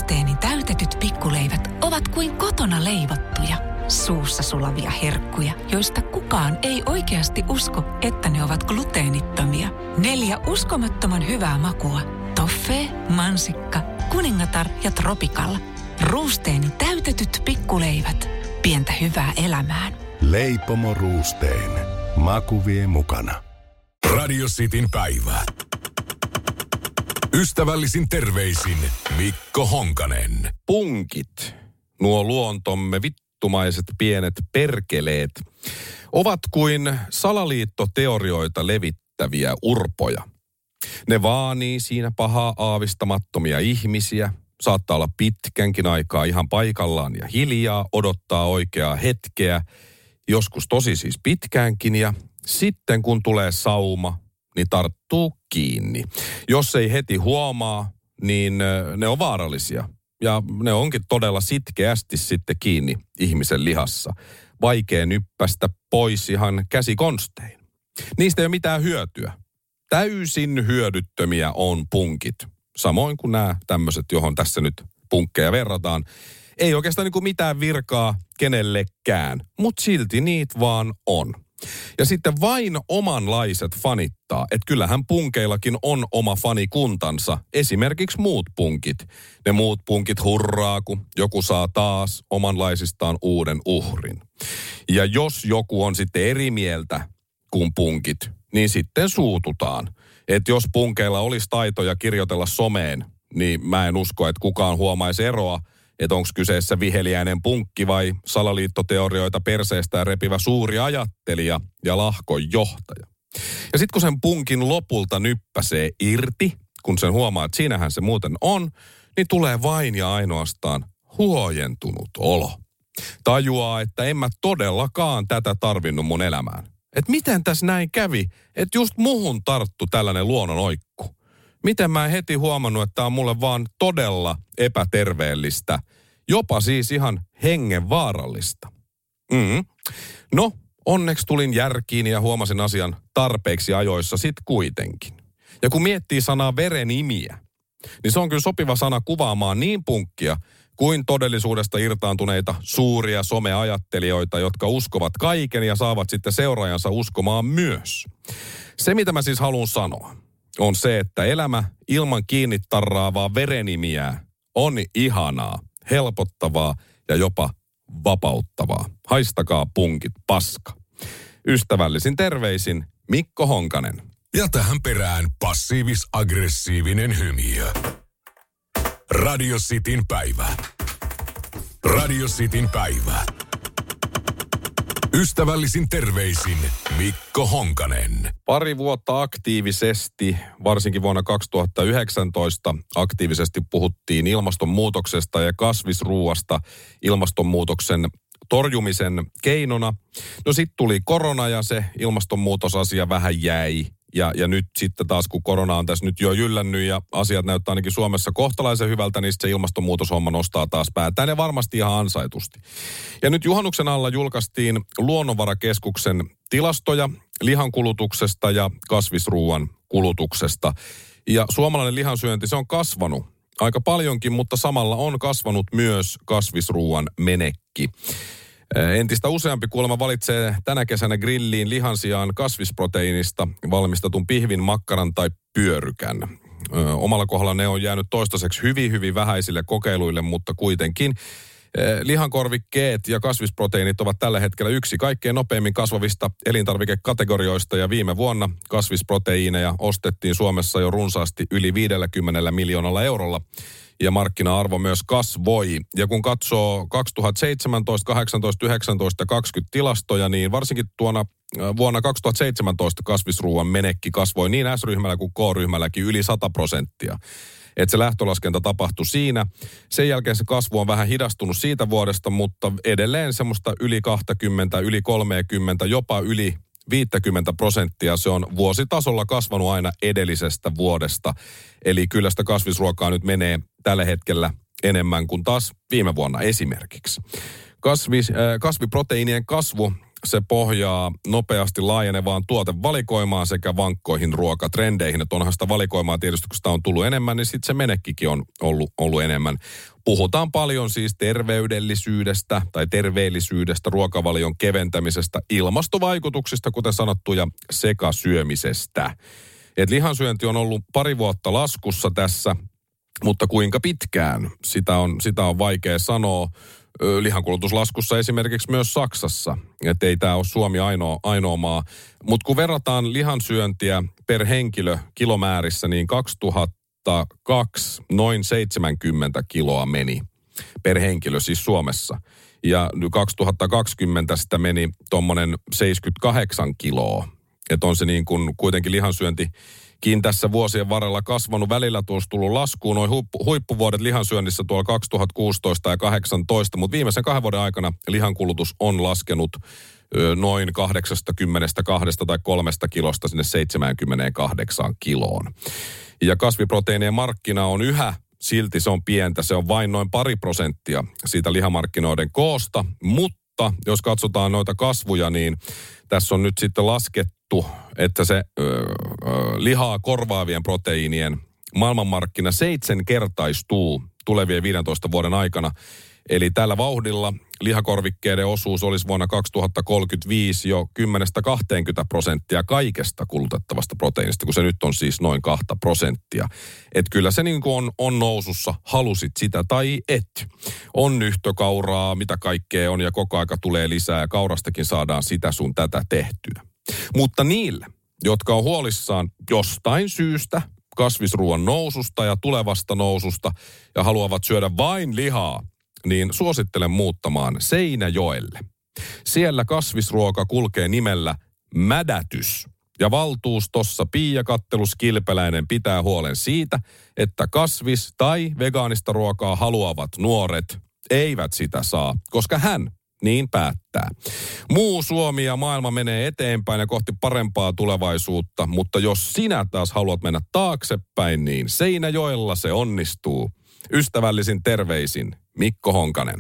Ruusteeni täytetyt pikkuleivät ovat kuin kotona leivottuja. Suussa sulavia herkkuja, joista kukaan ei oikeasti usko, että ne ovat gluteenittomia. 4 uskomattoman hyvää makua. Toffee, mansikka, kuningatar ja tropikalla. Ruusteeni täytetyt pikkuleivät. Pientä hyvää elämään. Leipomo Ruusteen. Maku vie mukana. Radio Cityn päivä. Ystävällisin terveisin Mikko Honkanen. Punkit, nuo luontomme vittumaiset pienet perkeleet, ovat kuin salaliittoteorioita levittäviä urpoja. Ne vaanii siinä pahaa aavistamattomia ihmisiä, saattaa olla pitkänkin aikaa ihan paikallaan ja hiljaa, odottaa oikeaa hetkeä, joskus tosi siis pitkäänkin, ja sitten kun tulee sauma, niin tarttuu kiinni. Jos ei heti huomaa, niin ne on vaarallisia. Ja ne onkin todella sitkeästi sitten kiinni ihmisen lihassa. Vaikea nyppästä pois ihan käsikonstein. Niistä ei ole mitään hyötyä. Täysin hyödyttömiä on punkit. Samoin kuin nämä tämmöiset, johon tässä nyt punkkeja verrataan. Ei oikeastaan niin kuin mitään virkaa kenellekään, mutta silti niitä vaan on. Ja sitten vain omanlaiset fanittaa, että kyllähän punkeillakin on oma fanikuntansa, esimerkiksi muut punkit. Ne muut punkit hurraa, kun joku saa taas omanlaisistaan uuden uhrin. Ja jos joku on sitten eri mieltä kuin punkit, niin sitten suututaan. Että jos punkeilla olisi taitoja kirjoitella someen, niin mä en usko, että kukaan huomaisi eroa, että onko kyseessä viheliäinen punkki vai salaliittoteorioita perseestä repivä suuri ajattelija ja lahkon johtaja. Ja sitten kun sen punkin lopulta nyppäsee irti, kun sen huomaa, että siinähän se muuten on, niin tulee vain ja ainoastaan huojentunut olo. Tajuaa, että en mä todellakaan tätä tarvinnut mun elämään. Että miten tässä näin kävi, että just muhun tarttu tällainen luonnon oikku. Miten mä en heti huomannut, että tää on mulle vaan todella epäterveellistä, jopa siis ihan hengenvaarallista. No, onneksi tulin järkiin ja huomasin asian tarpeeksi ajoissa sit kuitenkin. Ja kun miettii sanaa verenimiä, niin se on kyllä sopiva sana kuvaamaan niin punkkia kuin todellisuudesta irtaantuneita suuria someajattelijoita, jotka uskovat kaiken ja saavat sitten seuraajansa uskomaan myös. Se, mitä mä siis haluan sanoa, on se, että elämä ilman kiinni tarraavaa verenimiä on ihanaa, helpottavaa ja jopa vapauttavaa. Haistakaa punkit, paska. Ystävällisin terveisin Mikko Honkanen. Ja tähän perään passiivis-aggressiivinen hymiö. Radio Cityn päivä. Radio Cityn päivä. Ystävällisin terveisin Mikko Honkanen. Pari vuotta aktiivisesti, varsinkin vuonna 2019, aktiivisesti puhuttiin ilmastonmuutoksesta ja kasvisruuasta ilmastonmuutoksen torjumisen keinona. No sitten tuli korona ja se ilmastonmuutosasia vähän jäi. Ja nyt sitten taas, kun korona on tässä nyt jo jyllännyt ja asiat näyttää ainakin Suomessa kohtalaisen hyvältä, niin se ilmastonmuutoshomma nostaa taas päätään ja varmasti ihan ansaitusti. Ja nyt juhannuksen alla julkaistiin Luonnonvarakeskuksen tilastoja lihankulutuksesta ja kasvisruuan kulutuksesta. Ja suomalainen lihansyönti, se on kasvanut aika paljonkin, mutta samalla on kasvanut myös kasvisruuan menekki. Entistä useampi kuulemma valitsee tänä kesänä grilliin lihan sijaan kasvisproteiinista valmistetun pihvin, makkaran tai pyörykän. Omalla kohdalla ne on jäänyt toistaiseksi hyvin vähäisille kokeiluille, mutta kuitenkin lihankorvikkeet ja kasvisproteiinit ovat tällä hetkellä yksi kaikkein nopeimmin kasvavista elintarvikekategorioista ja viime vuonna kasvisproteiineja ostettiin Suomessa jo runsaasti yli 50 miljoonalla eurolla. Ja markkina-arvo myös kasvoi. Ja kun katsoo 2017, 18, 19 ja 20 tilastoja, niin varsinkin vuonna 2017 kasvisruuan menekki kasvoi niin S-ryhmällä kuin K-ryhmälläkin yli 100%. Että se lähtölaskenta tapahtui siinä. Sen jälkeen se kasvu on vähän hidastunut siitä vuodesta, mutta edelleen semmoista yli 20, yli 30, jopa yli 50% se on vuositasolla kasvanut aina edellisestä vuodesta. Eli kyllä sitä kasvisruokaa nyt menee tällä hetkellä enemmän kuin taas viime vuonna esimerkiksi. Kasviproteiinien kasvu se pohjaa nopeasti laajenevaan tuotevalikoimaan sekä vankkoihin ruokatrendeihin. Että onhan sitä valikoimaa tietysti, kun sitä on tullut enemmän, niin sitten se menekkikin on ollut enemmän. Puhutaan paljon siis terveydellisyydestä tai terveellisyydestä, ruokavalion keventämisestä, ilmastovaikutuksista, kuten sanottu, ja sekasyömisestä. Et lihansyönti on ollut pari vuotta laskussa tässä, mutta kuinka pitkään, sitä on vaikea sanoa. Lihankulutuslaskussa esimerkiksi myös Saksassa. Että ei tämä ole Suomi ainoa maa. Mutta kun verrataan lihansyöntiä per henkilö kilomäärissä, niin 2002 noin 70 kiloa meni per henkilö siis Suomessa. Ja 2020 sitä meni tuommoinen 78 kiloa. Että on se niin kuin kuitenkin lihansyöntikin tässä vuosien varrella kasvanut. Välillä tuossa tullut laskuun noin huippuvuodet lihansyönnissä tuolla 2016 ja 2018, mutta viimeisen 2 vuoden aikana lihankulutus on laskenut noin 82 tai 3 kilosta sinne 78 kiloon. Ja kasviproteiinien markkina on yhä, silti se on pientä, se on vain noin 2% siitä lihamarkkinoiden koosta, mutta jos katsotaan noita kasvuja, niin tässä on nyt sitten laskettu, että se lihaa korvaavien proteiinien maailmanmarkkina 7-kertaistuu tulevien 15 vuoden aikana. Eli tällä vauhdilla lihakorvikkeiden osuus olisi vuonna 2035 jo 10-20% kaikesta kulutettavasta proteiinista, kun se nyt on siis noin 2%. Että kyllä se niin kuin on nousussa, halusit sitä tai et. On nyhtökauraa, mitä kaikkea on ja koko aika tulee lisää ja kaurastakin saadaan sitä sun tätä tehtyä. Mutta niille, jotka on huolissaan jostain syystä kasvisruoan noususta ja tulevasta noususta ja haluavat syödä vain lihaa, niin suosittelen muuttamaan Seinäjoelle. Siellä kasvisruoka kulkee nimellä Mädätys. Ja valtuustossa Pia Kattelus-Kilpeläinen pitää huolen siitä, että kasvis- tai vegaanista ruokaa haluavat nuoret eivät sitä saa, koska hän niin päättää. Muu Suomi ja maailma menee eteenpäin ja kohti parempaa tulevaisuutta, mutta jos sinä taas haluat mennä taaksepäin, niin Seinäjoella se onnistuu. Ystävällisin terveisin, Mikko Honkanen.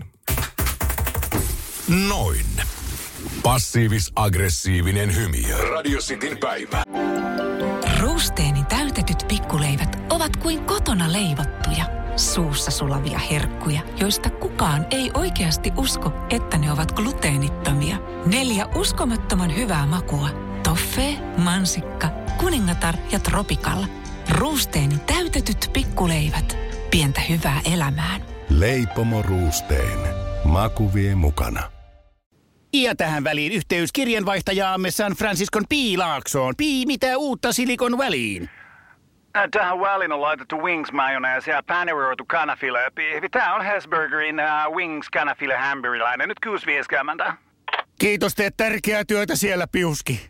Noin. Passiivis-aggressiivinen hymiö. Radio Cityn päivä. Ruusteenin täytetyt pikkuleivät ovat kuin kotona leivottuja, suussa sulavia herkkuja, joista kukaan ei oikeasti usko, että ne ovat gluteenittomia. 4 uskomattoman hyvää makua. Toffee, mansikka, kuningatar ja tropikalla. Ruusteenin täytetyt pikkuleivät. Pientä hyvää elämään. Leipomo Roosteen. Maku vie mukana. Ja tähän väliin yhteys kirjanvaihtajaamme San Franciscon P. Laaksoon. Mitä uutta Silicon Valleyin? Tähän väliin on laitettu wings mayonnaise ja paneroitu kanafila. Tämä on Hesburgerin wings kanafila hamburilainen. Nyt 6.50. Kiitos, teet tärkeää työtä siellä, Piuski.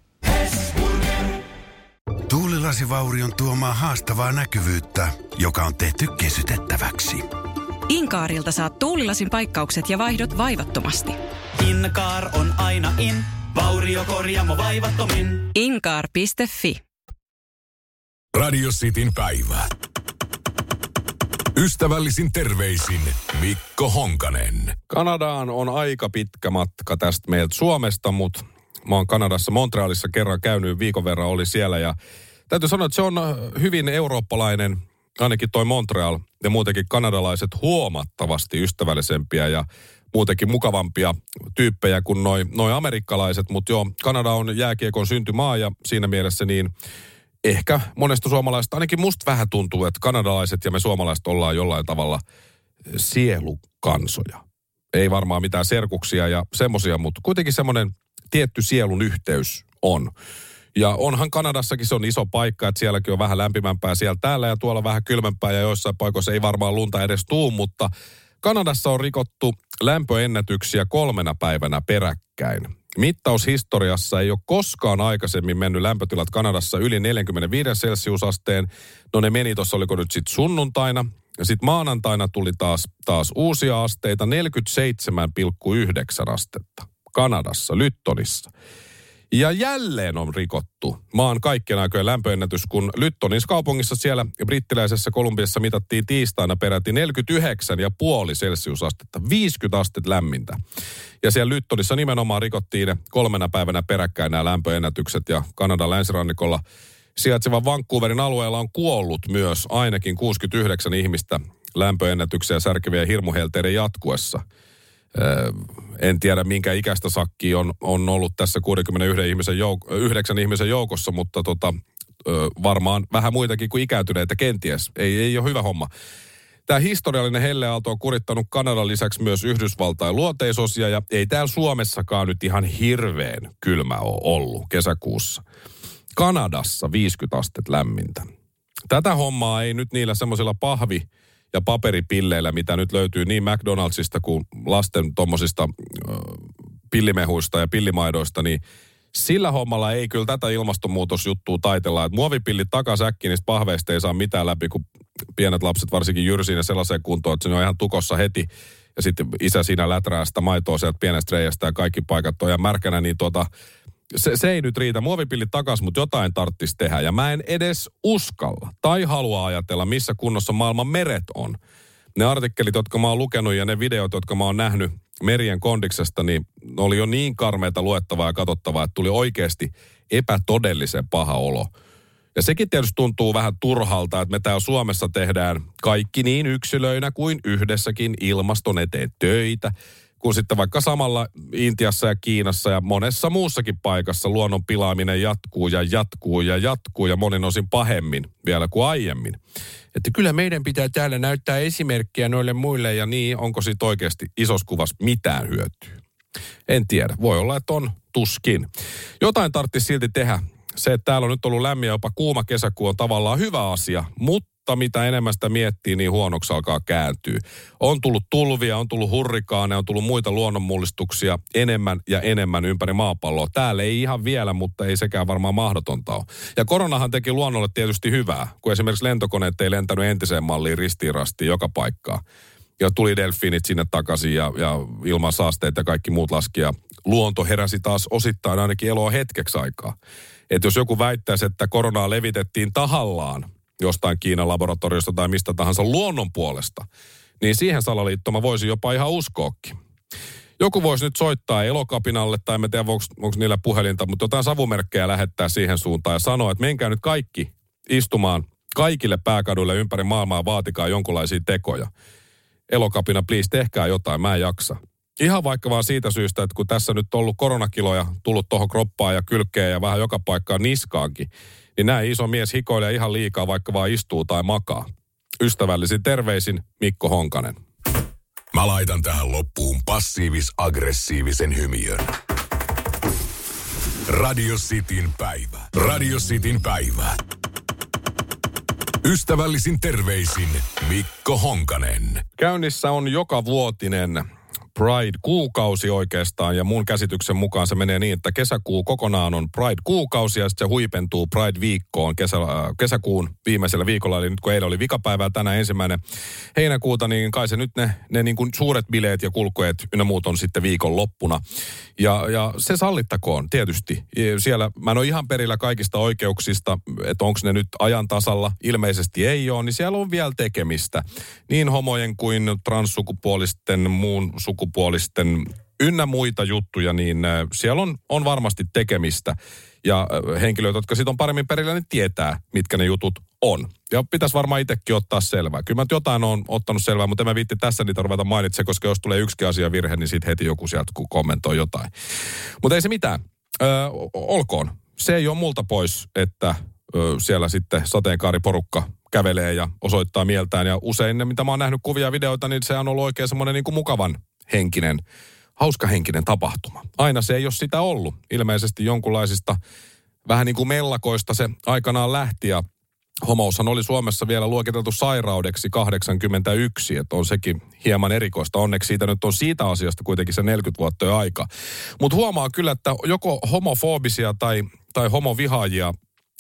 Tuulilasivaurion tuomaa haastavaa näkyvyyttä, joka on tehty kesytettäväksi. Inkaarilta saat tuulilasin paikkaukset ja vaihdot vaivattomasti. Inkaar on aina in, vauriokorjaamo vaivattomin. Inkaar.fi. Radio Cityn päivä. Ystävällisin terveisin Mikko Honkanen. Kanadaan on aika pitkä matka tästä meiltä Suomesta, mutta mä oon Kanadassa Montrealissa kerran käynyt, viikon verran oli siellä ja täytyy sanoa, että se on hyvin eurooppalainen, ainakin toi Montreal ja muutenkin kanadalaiset huomattavasti ystävällisempiä ja muutenkin mukavampia tyyppejä kuin noi amerikkalaiset, mutta joo, Kanada on jääkiekon syntymaa ja siinä mielessä niin ehkä monesta suomalaista, ainakin musta vähän tuntuu, että kanadalaiset ja me suomalaiset ollaan jollain tavalla sielukansoja. Ei varmaan mitään serkuksia ja semmosia, mutta kuitenkin semmoinen tietty sielun yhteys on. Ja onhan Kanadassakin se on iso paikka, että sielläkin on vähän lämpimämpää siellä täällä ja tuolla vähän kylmempää ja joissain paikoissa ei varmaan lunta edes tuu, mutta Kanadassa on rikottu lämpöennätyksiä 3 päivänä peräkkäin. Mittaushistoriassa ei ole koskaan aikaisemmin mennyt lämpötilat Kanadassa yli 45 celsiusasteen. No ne meni tuossa, oliko nyt sitten sunnuntaina. Ja sitten maanantaina tuli taas uusia asteita, 47,9 astetta Kanadassa, Lyttonissa. Ja jälleen on rikottu maan kaikkien aikojen lämpöennätys, kun Lyttonissa kaupungissa siellä brittiläisessä Kolumbiassa mitattiin tiistaina peräti 49,5 celsiusastetta, 50 astetta lämmintä. Ja siellä Lyttonissa nimenomaan rikottiin 3 päivänä peräkkäin nämä lämpöennätykset ja Kanadan länsirannikolla sijaitsevan Vancouverin alueella on kuollut myös ainakin 69 ihmistä lämpöennätyksiä särkevien hirmuhelteiden jatkuessa. En tiedä, minkä ikäistä sakkia on ollut tässä 69 ihmisen joukossa, mutta varmaan vähän muitakin kuin ikääntyneitä kenties. Ei ole hyvä homma. Tämä historiallinen helleaalto on kurittanut Kanadan lisäksi myös Yhdysvaltain luoteisosia, ja ei täällä Suomessakaan nyt ihan hirveän kylmä ole ollut kesäkuussa. Kanadassa 50 astetta lämmintä. Tätä hommaa ei nyt niillä semmoisilla pahvi- ja paperipilleillä, mitä nyt löytyy niin McDonaldsista kuin lasten tommosista pillimehuista ja pillimaidoista, niin sillä hommalla ei kyllä tätä ilmastonmuutosjuttua taitella. Että muovipillit takasäkkiin, niistä pahveista ei saa mitään läpi, kun pienet lapset varsinkin jyrsiin ja sellaiseen kuntoon, että se on ihan tukossa heti. Ja sitten isä siinä läträä sitä maitoa sieltä pienestä reiästä ja kaikki paikat on ihan märkänä, niin se ei nyt riitä. Muovipillit takas, mutta jotain tarttisi tehdä. Ja mä en edes uskalla tai halua ajatella, missä kunnossa maailman meret on. Ne artikkelit, jotka mä oon lukenut ja ne videot, jotka mä oon nähnyt merien kondiksesta, niin oli jo niin karmeita luettavaa ja katsottavaa, että tuli oikeasti epätodellisen paha olo. Ja sekin tietysti tuntuu vähän turhalta, että me täällä Suomessa tehdään kaikki niin yksilöinä kuin yhdessäkin ilmaston eteen töitä, kun sitten vaikka samalla Intiassa ja Kiinassa ja monessa muussakin paikassa luonnon pilaaminen jatkuu ja jatkuu ja jatkuu ja monin osin pahemmin vielä kuin aiemmin. Että kyllä meidän pitää täällä näyttää esimerkkiä noille muille ja niin, onko siitä oikeasti isossa kuvassa mitään hyötyä? En tiedä. Voi olla, että on tuskin. Jotain tarvitsisi silti tehdä. Se, että täällä on nyt ollut lämmin ja jopa kuuma kesäkuu on tavallaan hyvä asia, mutta mitä enemmän sitä miettii, niin huonoksi alkaa kääntyä. On tullut tulvia, on tullut hurrikaaneja, on tullut muita luonnonmullistuksia enemmän ja enemmän ympäri maapalloa. Täällä ei ihan vielä, mutta ei sekään varmaan mahdotonta ole. Ja koronahan teki luonnolle tietysti hyvää, kun esimerkiksi lentokoneet ei lentänyt entiseen malliin ristiin rastiin joka paikkaa. Ja tuli delfiinit sinne takaisin ja ilman saasteita ja kaikki muut laski. Ja luonto heräsi taas osittain ainakin eloa hetkeksi aikaa. Että jos joku väittäisi, että koronaa levitettiin tahallaan jostain Kiinan laboratoriosta tai mistä tahansa luonnon puolesta, niin siihen salaliittoon mä voisin jopa ihan uskoakin. Joku voisi nyt soittaa Elokapinalle, tai en tiedä onko niillä puhelinta, mutta jotain savumerkkejä lähettää siihen suuntaan ja sanoa, että menkää nyt kaikki istumaan kaikille pääkaduille ympäri maailmaa, vaatikaa jonkunlaisia tekoja. Elokapina, please, tehkää jotain, mä en jaksa. Ihan vaikka vaan siitä syystä, että kun tässä nyt on ollut koronakiloja tullut tuohon kroppaan ja kylkeen ja vähän joka paikkaan niskaankin, niin näin iso mies hikoilee ihan liikaa, vaikka vaan istuu tai makaa. Ystävällisin terveisin Mikko Honkanen. Mä laitan tähän loppuun passiivis-aggressiivisen hymiön. Radio Cityn päivä. Radio Cityn päivä. Ystävällisin terveisin Mikko Honkanen. Käynnissä on jokavuotinen Pride-kuukausi oikeastaan, ja mun käsityksen mukaan se menee niin, että kesäkuu kokonaan on Pride-kuukausi, ja sitten se huipentuu Pride-viikkoon kesäkuun viimeisellä viikolla, eli nyt kun eilen oli vikapäivä ja tänään 1. heinäkuuta, niin kai se nyt ne niin kuin suuret bileet ja kulkueet ynnä muut on sitten viikon loppuna. Ja se sallittakoon tietysti. Siellä mä en ole ihan perillä kaikista oikeuksista, että onko ne nyt ajan tasalla, ilmeisesti ei ole, niin siellä on vielä tekemistä. Niin homojen kuin transsukupuolisten, muun sukupuolisten ynnä muita juttuja, niin siellä on varmasti tekemistä. Ja henkilöt, jotka siitä on paremmin perillä, niin tietää, mitkä ne jutut on. Ja pitäisi varmaan itsekin ottaa selvää. Kyllä mä jotain on ottanut selvää, mutta en mä viitti tässä niitä ruveta mainitsemaan, koska jos tulee yksikin asia virhe, niin sitten heti joku sieltä kommentoi jotain. Mutta ei se mitään. Olkoon. Se ei ole multa pois, että siellä sitten sateenkaariporukka kävelee ja osoittaa mieltään. Ja usein ne, mitä mä oon nähnyt kuvia ja videoita, niin se on ollut oikein semmoinen niin kuin mukavan henkinen, hauskahenkinen tapahtuma. Aina se ei ole sitä ollut. Ilmeisesti jonkunlaisista vähän niin kuin mellakoista se aikanaan lähti, ja homoushan oli Suomessa vielä luokiteltu sairaudeksi 81, että on sekin hieman erikoista. Onneksi siitä nyt on siitä asiasta kuitenkin se 40 vuotta jo aika. Mutta huomaa kyllä, että joko homofobisia tai homovihaajia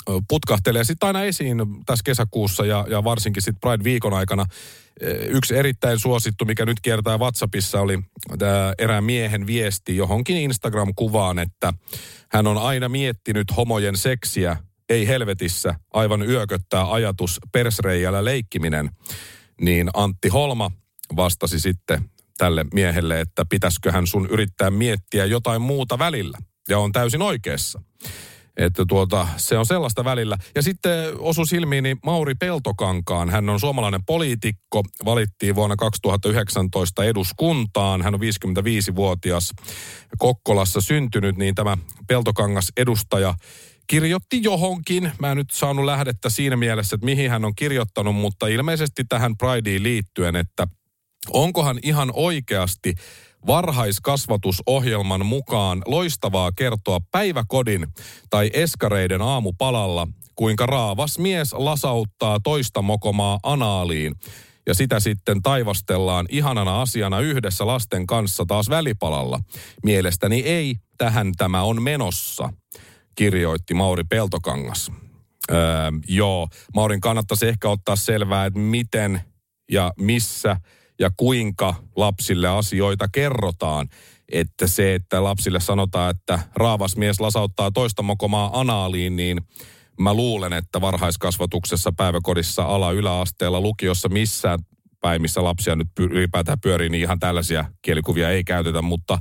putkahtelee sitten aina esiin tässä kesäkuussa ja varsinkin sitten Pride-viikon aikana. Yksi erittäin suosittu, mikä nyt kiertää WhatsAppissa, oli erään miehen viesti johonkin Instagram-kuvaan, että hän on aina miettinyt homojen seksiä, ei helvetissä, aivan yököttää ajatus persreijällä leikkiminen. Niin Antti Holma vastasi sitten tälle miehelle, että pitäisiköhän sun yrittää miettiä jotain muuta välillä. Ja on täysin oikeassa. Että se on sellaista välillä. Ja sitten osui silmiini Mauri Peltokankaan. Hän on suomalainen poliitikko, valittiin vuonna 2019 eduskuntaan. Hän on 55-vuotias Kokkolassa syntynyt, niin tämä Peltokangas edustaja kirjoitti johonkin. Mä en nyt saanut lähdettä siinä mielessä, että mihin hän on kirjoittanut, mutta ilmeisesti tähän Prideen liittyen, että onkohan ihan oikeasti varhaiskasvatusohjelman mukaan loistavaa kertoa päiväkodin tai eskareiden aamupalalla, kuinka raavas mies lasauttaa toista mokomaa anaaliin. Ja sitä sitten taivastellaan ihanana asiana yhdessä lasten kanssa taas välipalalla. Mielestäni ei, tähän tämä on menossa, kirjoitti Mauri Peltokangas. Joo, Maurin kannattaisi ehkä ottaa selvää, että miten ja missä ja kuinka lapsille asioita kerrotaan. Että se, että lapsille sanotaan, että raavas mies lasauttaa toista mokomaa anaaliin, niin mä luulen, että varhaiskasvatuksessa, päiväkodissa, yläasteella, lukiossa, missään päin, missä lapsia nyt ylipäätään pyörii, niin ihan tällaisia kielikuvia ei käytetä, mutta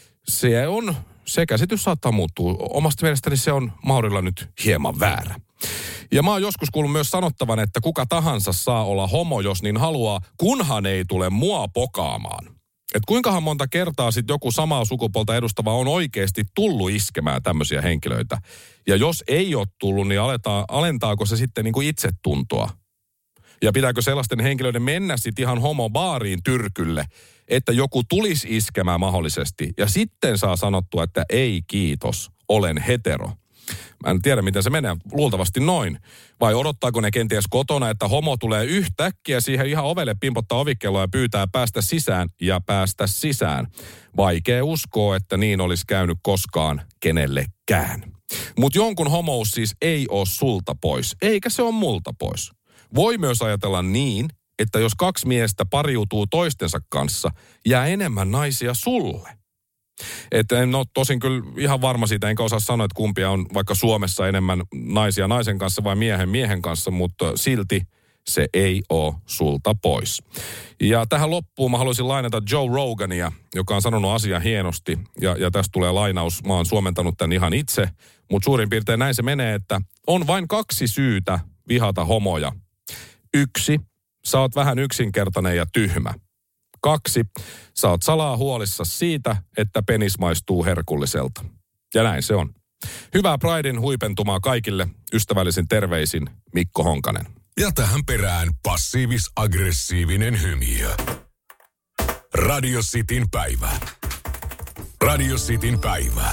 se käsitys saattaa muuttua. Omasta mielestäni se on Maurilla nyt hieman väärä. Ja mä oon joskus kuullut myös sanottavan, että kuka tahansa saa olla homo, jos niin haluaa, kunhan ei tule mua pokaamaan. Että kuinkahan monta kertaa sitten joku samaa sukupuolta edustava on oikeasti tullut iskemään tämmöisiä henkilöitä. Ja jos ei ole tullut, niin alentaako se sitten niin kuin itsetuntoa? Ja pitääkö sellaisten henkilöiden mennä sitten ihan homobaariin tyrkylle, että joku tulisi iskemään mahdollisesti ja sitten saa sanottua, että ei kiitos, olen hetero. Mä en tiedä, miten se menee. Luultavasti noin. Vai odottaako ne kenties kotona, että homo tulee yhtäkkiä siihen ihan ovelle pimpottaa ovikelloa ja pyytää päästä sisään. Vaikea uskoa, että niin olisi käynyt koskaan kenellekään. Mutta jonkun homous siis ei ole sulta pois, eikä se ole multa pois. Voi myös ajatella niin, että jos kaksi miestä pariutuu toistensa kanssa, jää enemmän naisia sulle. Että en ole tosin kyllä ihan varma siitä, enkä osaa sanoa, että kumpia on vaikka Suomessa enemmän naisia naisen kanssa vai miehen kanssa, mutta silti se ei ole sulta pois. Ja tähän loppuun mä haluaisin lainata Joe Rogania, joka on sanonut asian hienosti, ja tästä tulee lainaus, mä oon suomentanut tämän ihan itse, mutta suurin piirtein näin se menee, että on vain 2 syytä vihata homoja. 1, sä oot vähän yksinkertainen ja tyhmä. 2, sä oot salaa huolissa siitä, että penis maistuu herkulliselta. Ja näin se on. Hyvää Priden huipentumaa kaikille. Ystävällisin terveisin Mikko Honkanen. Ja tähän perään passiivis-aggressiivinen hymiö. Radio Cityn päivä. Radio Cityn päivä.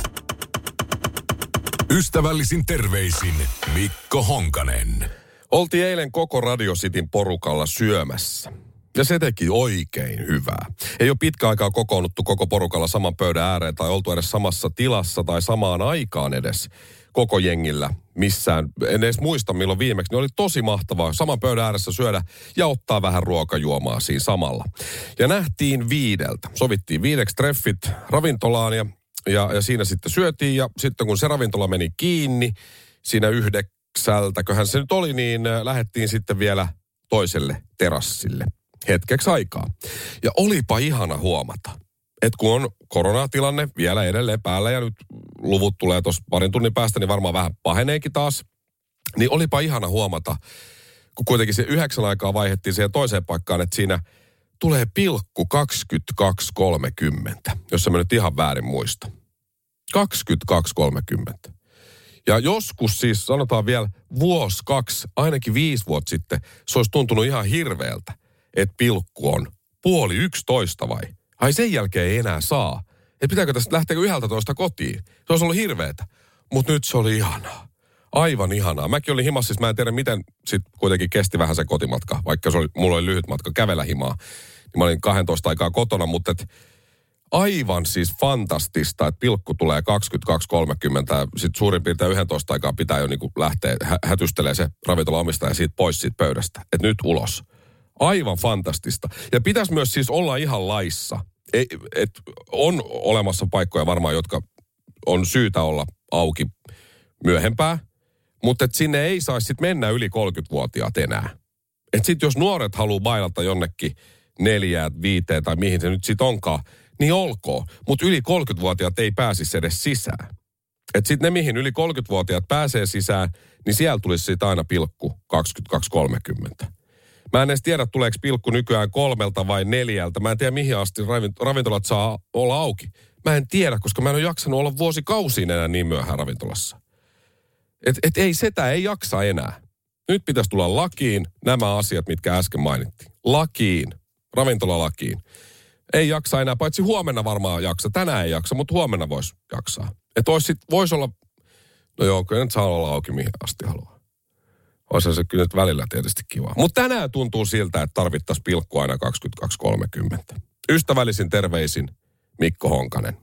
Ystävällisin terveisin Mikko Honkanen. Oltiin eilen koko Radio Cityn porukalla syömässä. Ja se teki oikein hyvää. Ei ole pitkä aikaa kokoonnuttu koko porukalla saman pöydän ääreen tai oltu edes samassa tilassa tai samaan aikaan edes koko jengillä missään. En edes muista milloin viimeksi. Ne oli tosi mahtavaa saman pöydän ääressä syödä ja ottaa vähän ruokajuomaa siinä samalla. Ja nähtiin 5. Sovittiin 5 treffit ravintolaan ja siinä sitten syötiin. Ja sitten kun se ravintola meni kiinni siinä 9:00, se nyt oli, niin lähdettiin sitten vielä toiselle terassille hetkeksi aikaa. Ja olipa ihana huomata, että kun on koronatilanne vielä edelleen päällä ja nyt luvut tulee tuossa parin tunnin päästä, niin varmaan vähän paheneekin taas, niin olipa ihana huomata, kun kuitenkin se 9 aikaa vaihdettiin siihen toiseen paikkaan, että siinä tulee pilkku 22.30, jos mä nyt ihan väärin muista. 22.30. Ja joskus siis sanotaan vielä 1-2, ainakin 5 vuotta sitten, se olisi tuntunut ihan hirveältä, että pilkku on 10:30 vai? Ai sen jälkeen ei enää saa. Että pitääkö tästä lähteä 11 kotiin? Se olisi ollut hirveetä. Mutta nyt se oli ihanaa. Aivan ihanaa. Mäkin olin himassa, siis mä en tiedä miten sitten kuitenkin kesti vähän se kotimatka, vaikka mulla oli lyhyt matka kävellä himaa. Niin mä olin 12 aikaa kotona, mutta Aivan siis fantastista, että pilkku tulee 22.30. Sitten suurin piirtein 11 aikaa pitää jo niin kuin lähteä hätystelee se ravintola-omistaja siitä pois siitä pöydästä. Että nyt ulos. Aivan fantastista. Ja pitäisi myös siis olla ihan laissa. On olemassa paikkoja varmaan, jotka on syytä olla auki myöhempää. Mutta sinne ei saisi sitten mennä yli 30-vuotiaat enää. Että sitten jos nuoret haluaa bailata jonnekin 4, 5 tai mihin se nyt sitten onkaan, niin olkoon. Mutta yli 30-vuotiaat ei pääsisi edes sisään. Että sitten ne, mihin yli 30-vuotiaat pääsee sisään, niin siellä tulisi sitten aina pilkku 22.30. Mä en edes tiedä, tuleeko pilkku nykyään 3 vai 4. Mä en tiedä, mihin asti ravintolat saa olla auki. Mä en tiedä, koska mä en ole jaksanut olla vuosikausiin enää niin myöhään ravintolassa. Et ei setä, ei jaksa enää. Nyt pitäisi tulla lakiin nämä asiat, mitkä äsken mainittiin. Lakiin, ravintolalakiin. Ei jaksa enää, paitsi huomenna varmaan jaksa. Tänään ei jaksa, mutta huomenna voisi jaksaa. Että voisi olla, no joo, kyllä nyt saa olla auki mihin asti haluaa. Olisi se kyllä nyt välillä tietysti kiva. Mutta tänään tuntuu siltä, että tarvittaisiin pilkku aina 22.30. Ystävällisin terveisin Mikko Honkanen.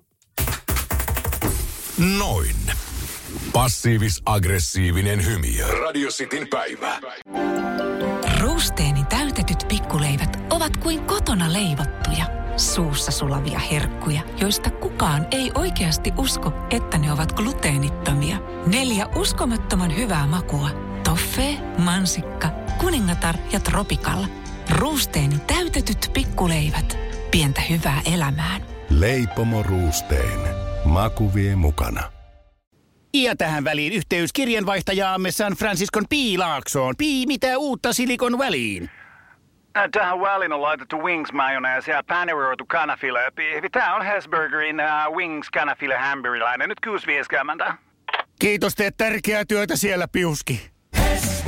Noin. Passiivis-aggressiivinen hymiö. Radio Cityn päivä. Ruusteeni täytetyt pikkuleivät ovat kuin kotona leivottuja, suussa sulavia herkkuja, joista kukaan ei oikeasti usko, että ne ovat gluteenittomia. 4 uskomattoman hyvää makua. Toffee, mansikka, kuningatar ja tropikalla. Ruusteeni täytetyt pikkuleivät. Pientä hyvää elämään. Leipomo Ruusteen. Maku vie mukana. Ja tähän väliin yhteys kirjanvaihtajaamme San Franciscon P. Laaksoon. Mitä uutta Silikon väliin? Tähän väliin on laitettu wings mayonnaise ja paneroitu kanafila. Tämä on Hesburgerin wings kanafila hamburilainen. Nyt 6.50. Kiitos, teet tärkeää työtä siellä, Piuski.